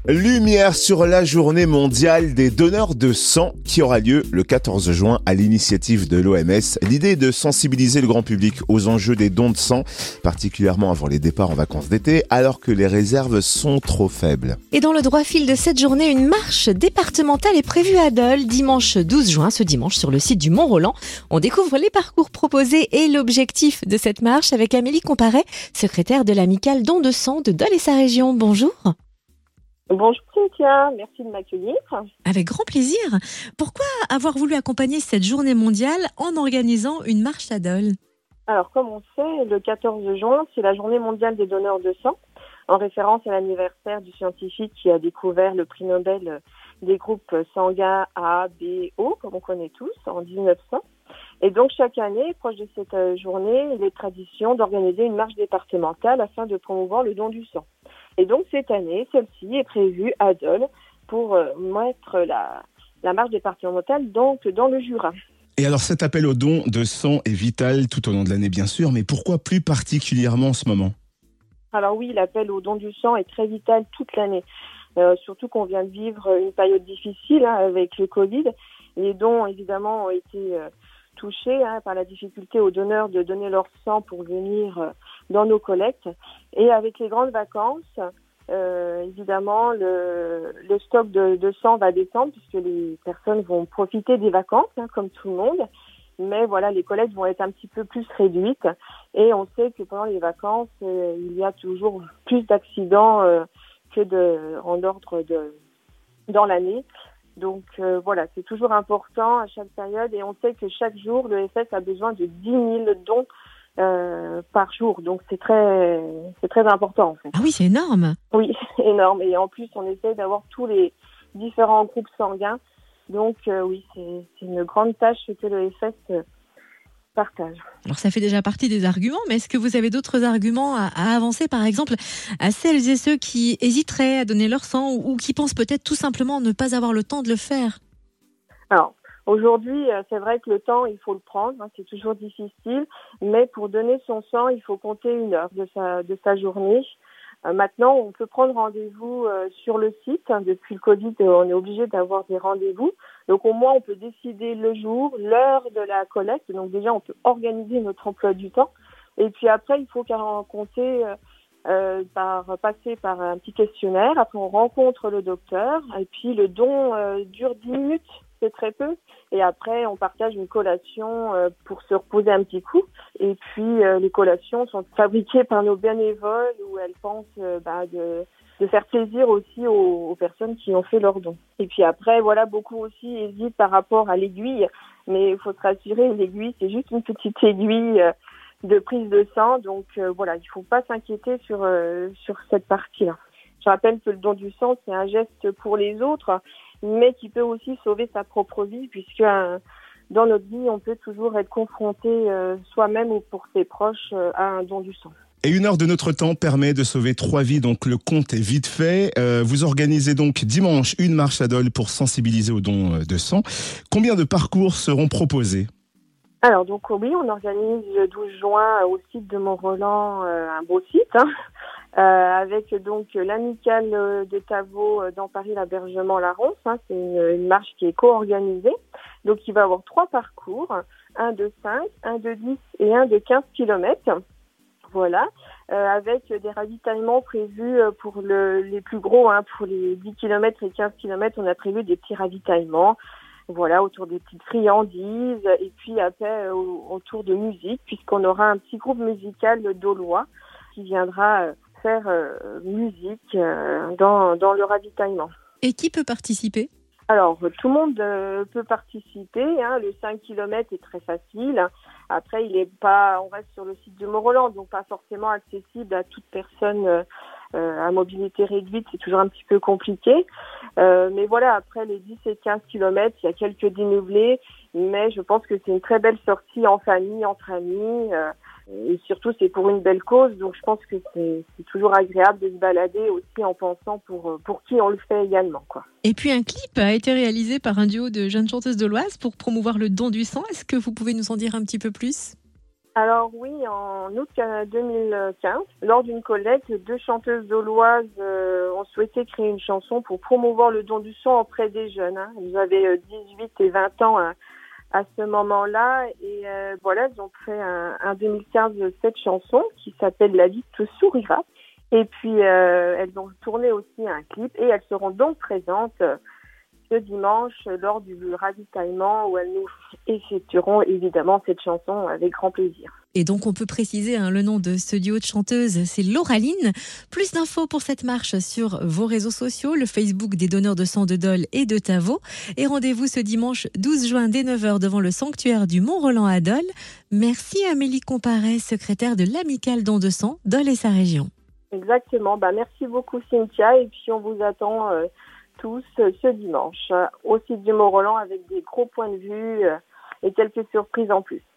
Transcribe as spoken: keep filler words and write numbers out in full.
Lumière sur la journée mondiale des donneurs de sang qui aura lieu le quatorze juin à l'initiative de l'O M S. L'idée est de sensibiliser le grand public aux enjeux des dons de sang, particulièrement avant les départs en vacances d'été, alors que les réserves sont trop faibles. Et dans le droit fil de cette journée, une marche départementale est prévue à Dole dimanche douze juin, ce dimanche sur le site du Mont-Roland. On découvre les parcours proposés et l'objectif de cette marche avec Amélie Comparet, secrétaire de l'amicale Don de sang de Dole et sa région. Bonjour. Bonjour Cynthia, merci de m'accueillir. Avec grand plaisir. Pourquoi avoir voulu accompagner cette journée mondiale en organisant une marche à Dole ? Alors comme on sait, le quatorze juin, c'est la journée mondiale des donneurs de sang, en référence à l'anniversaire du scientifique qui a découvert le prix Nobel des groupes sanguins A, B, O, comme on connaît tous, en dix-neuf cents. Et donc chaque année, proche de cette journée, il est tradition d'organiser une marche départementale afin de promouvoir le don du sang. Et donc cette année, celle-ci est prévue à Dole pour euh, mettre la, la marche départementale donc dans le Jura. Et alors cet appel au don de sang est vital tout au long de l'année bien sûr, mais pourquoi plus particulièrement en ce moment ? Alors oui, l'appel au don du sang est très vital toute l'année, euh, surtout qu'on vient de vivre une période difficile hein, avec le Covid. Les dons évidemment ont été euh, touchés hein, par la difficulté aux donneurs de donner leur sang pour venir euh, dans nos collectes. Et avec les grandes vacances, euh, évidemment, le, le stock de, de sang va descendre puisque les personnes vont profiter des vacances, hein, comme tout le monde. Mais voilà, les collectes vont être un petit peu plus réduites. Et on sait que pendant les vacances, euh, il y a toujours plus d'accidents euh, que de, en ordre de, dans l'année. Donc euh, voilà, c'est toujours important à chaque période et on sait que chaque jour, le F S a besoin de dix mille dons euh, par jour. Donc c'est très c'est très important en fait. Ah oui, c'est énorme. Oui, c'est énorme. Et en plus, on essaie d'avoir tous les différents groupes sanguins. Donc euh, oui, c'est, c'est une grande tâche que le F S euh, partage. Alors ça fait déjà partie des arguments, mais est-ce que vous avez d'autres arguments à, à avancer, par exemple, à celles et ceux qui hésiteraient à donner leur sang ou, ou qui pensent peut-être tout simplement ne pas avoir le temps de le faire ? Alors, aujourd'hui, c'est vrai que le temps, il faut le prendre, hein, c'est toujours difficile, mais pour donner son sang, il faut compter une heure de sa, de sa journée. Euh, maintenant, on peut prendre rendez-vous euh, sur le site. Hein, depuis le Covid, euh, on est obligé d'avoir des rendez-vous. Donc, au moins, on peut décider le jour, l'heure de la collecte. Donc, déjà, on peut organiser notre emploi du temps. Et puis après, il faut compter euh, euh, par passer par un petit questionnaire. Après, on rencontre le docteur. Et puis, le don euh, dure dix minutes. C'est très peu. Et après, on partage une collation euh, pour se reposer un petit coup. Et puis, euh, les collations sont fabriquées par nos bénévoles où elles pensent euh, bah, de, de faire plaisir aussi aux, aux personnes qui ont fait leur don. Et puis après, voilà, beaucoup aussi hésitent par rapport à l'aiguille. Mais il faut se rassurer, l'aiguille, c'est juste une petite aiguille euh, de prise de sang. Donc euh, voilà, il ne faut pas s'inquiéter sur, euh, sur cette partie-là. Je rappelle que le don du sang, c'est un geste pour les autres, mais qui peut aussi sauver sa propre vie, puisque euh, dans notre vie, on peut toujours être confronté euh, soi-même ou pour ses proches euh, à un don du sang. Et une heure de notre temps permet de sauver trois vies, donc le compte est vite fait. Euh, vous organisez donc dimanche une marche à Dole pour sensibiliser au don de sang. Combien de parcours seront proposés ? Alors donc oui, on organise le douze juin au site de Mont-Roland, euh, un beau site, hein, euh, avec donc l'amicale de Tavaux dans Paris, l'Abergement, la Ronce. Hein, c'est une, une marche qui est co-organisée. Donc il va y avoir trois parcours, un de cinq, un de dix et un de quinze kilomètres. Voilà, euh, avec des ravitaillements prévus pour le, les plus gros, hein, pour les dix kilomètres et quinze kilomètres, on a prévu des petits ravitaillements. Voilà, autour des petites friandises et puis après euh, autour de musique, puisqu'on aura un petit groupe musical dolois qui viendra euh, faire euh, musique euh, dans, dans le ravitaillement. Et qui peut participer ? Alors, tout le monde euh, peut participer. Hein, le cinq kilomètres est très facile. Après, il est pas, on reste sur le site de Mont-Roland, donc pas forcément accessible à toute personne euh, à mobilité réduite. C'est toujours un petit peu compliqué. Euh, mais voilà, après les dix et quinze kilomètres, il y a quelques dénivelés. Mais je pense que c'est une très belle sortie en famille, entre amis. Euh, et surtout, c'est pour une belle cause. Donc, je pense que c'est, c'est toujours agréable de se balader aussi en pensant pour, pour qui on le fait également, quoi. Et puis, un clip a été réalisé par un duo de jeunes chanteuses doloises pour promouvoir le don du sang. Est-ce que vous pouvez nous en dire un petit peu plus ? Alors oui, en août deux mille quinze, lors d'une collecte, deux chanteuses doloises euh, ont souhaité créer une chanson pour promouvoir le don du sang auprès des jeunes. Hein. Ils avaient euh, dix-huit et vingt ans à, à ce moment-là et euh, voilà, ils ont fait un, un deux mille quinze cette chanson qui s'appelle La vie te sourira. Et puis euh, elles ont tourné aussi un clip et elles seront donc présentes euh, ce dimanche lors du ravitaillement où elles nous effectueront évidemment cette chanson avec grand plaisir. Et donc on peut préciser hein, le nom de ce duo de chanteuses, c'est Lauraline. Plus d'infos pour cette marche sur vos réseaux sociaux, le Facebook des donneurs de sang de Dole et de Tavaux. Et rendez-vous ce dimanche douze juin dès neuf heures devant le sanctuaire du Mont-Roland à Dole. Merci Amélie Comparet, secrétaire de l'Amicale Don de Sang, Dole et sa région. Exactement, bah, merci beaucoup Cynthia et puis on vous attend euh, tous euh, ce dimanche euh, au site du Mont-Roland avec des gros points de vue euh, et quelques surprises en plus.